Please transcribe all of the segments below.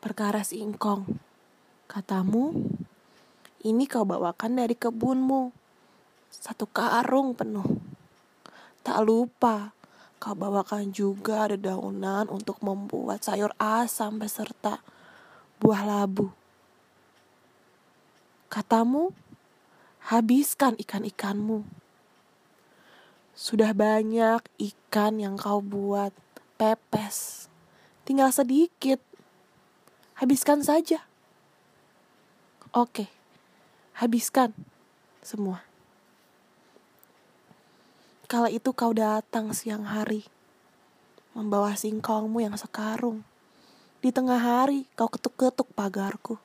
Perkara singkong, katamu, ini kau bawakan dari kebunmu, 1 karung penuh. Tak lupa, kau bawakan juga dedaunan untuk membuat sayur asam beserta buah labu. Katamu, habiskan ikan-ikanmu. Sudah banyak ikan yang kau buat pepes, tinggal sedikit. Habiskan saja. Oke, habiskan semua. Kala itu kau datang siang hari, membawa singkongmu yang sekarung. Di tengah hari kau ketuk-ketuk pagarku.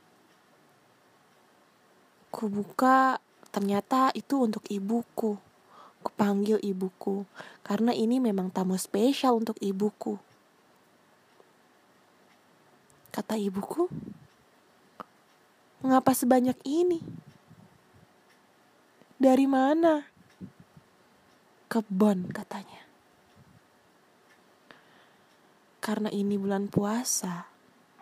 Kubuka, ternyata itu untuk ibuku. Kupanggil ibuku, karena ini memang tamu spesial untuk ibuku. Kata ibuku, mengapa sebanyak ini? Dari mana? Kebon, katanya. Karena ini bulan puasa,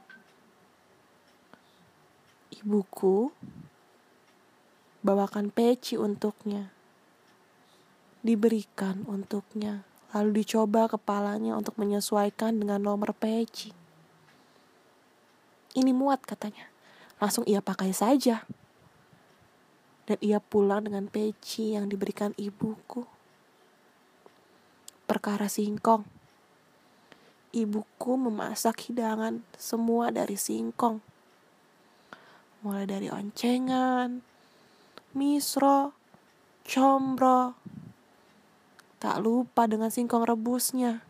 ibuku bawakan peci untuknya. Diberikan untuknya, lalu dicoba kepalanya untuk menyesuaikan dengan nomor peci. Ini muat, katanya. Langsung ia pakai saja. Dan ia pulang dengan peci yang diberikan ibuku. Perkara singkong. Ibuku memasak hidangan semua dari singkong. Mulai dari oncengan, misro, combro. Tak lupa dengan singkong rebusnya.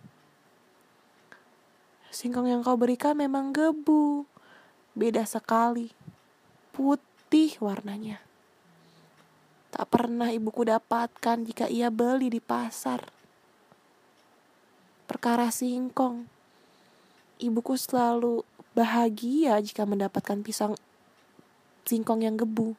Singkong yang kau berikan memang gebu. Beda sekali. Putih warnanya. Tak pernah ibuku dapatkan jika ia beli di pasar. Perkara singkong. Ibuku selalu bahagia jika mendapatkan pisang singkong yang gebu.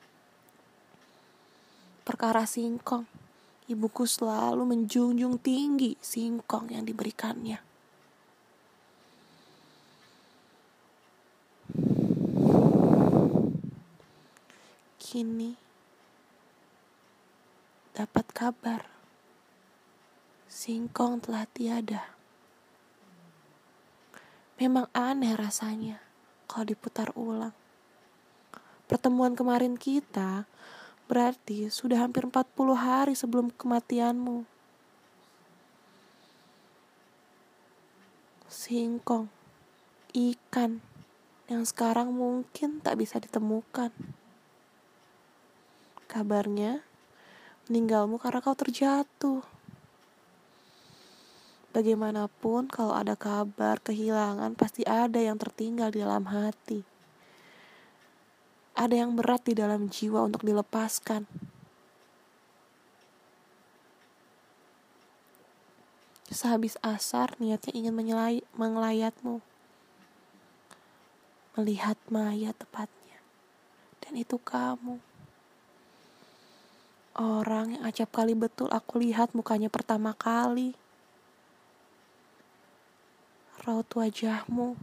Perkara singkong. Ibuku selalu menjunjung tinggi singkong yang diberikannya. Kini dapat kabar, singkong telah tiada. Memang aneh rasanya kalau diputar ulang. Pertemuan kemarin kita berarti sudah hampir 40 hari sebelum kematianmu. Singkong, ikan yang sekarang mungkin tak bisa ditemukan. Kabarnya meninggalmu karena kau terjatuh. Bagaimanapun kalau ada kabar kehilangan pasti ada yang tertinggal di dalam hati. Ada yang berat di dalam jiwa untuk dilepaskan. Sehabis asar niatnya ingin mengelayatmu. Melihat mayat tepatnya. Dan itu kamu. Orang yang acap kali betul aku lihat mukanya pertama kali. Raut wajahmu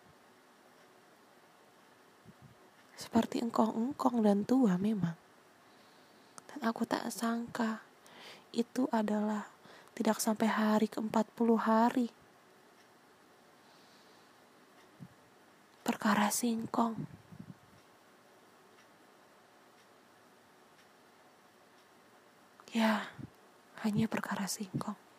seperti engkong-engkong dan tua memang. Dan aku tak sangka itu adalah tidak sampai hari ke-40 hari. Perkara singkong. Ya, hanya perkara singkong.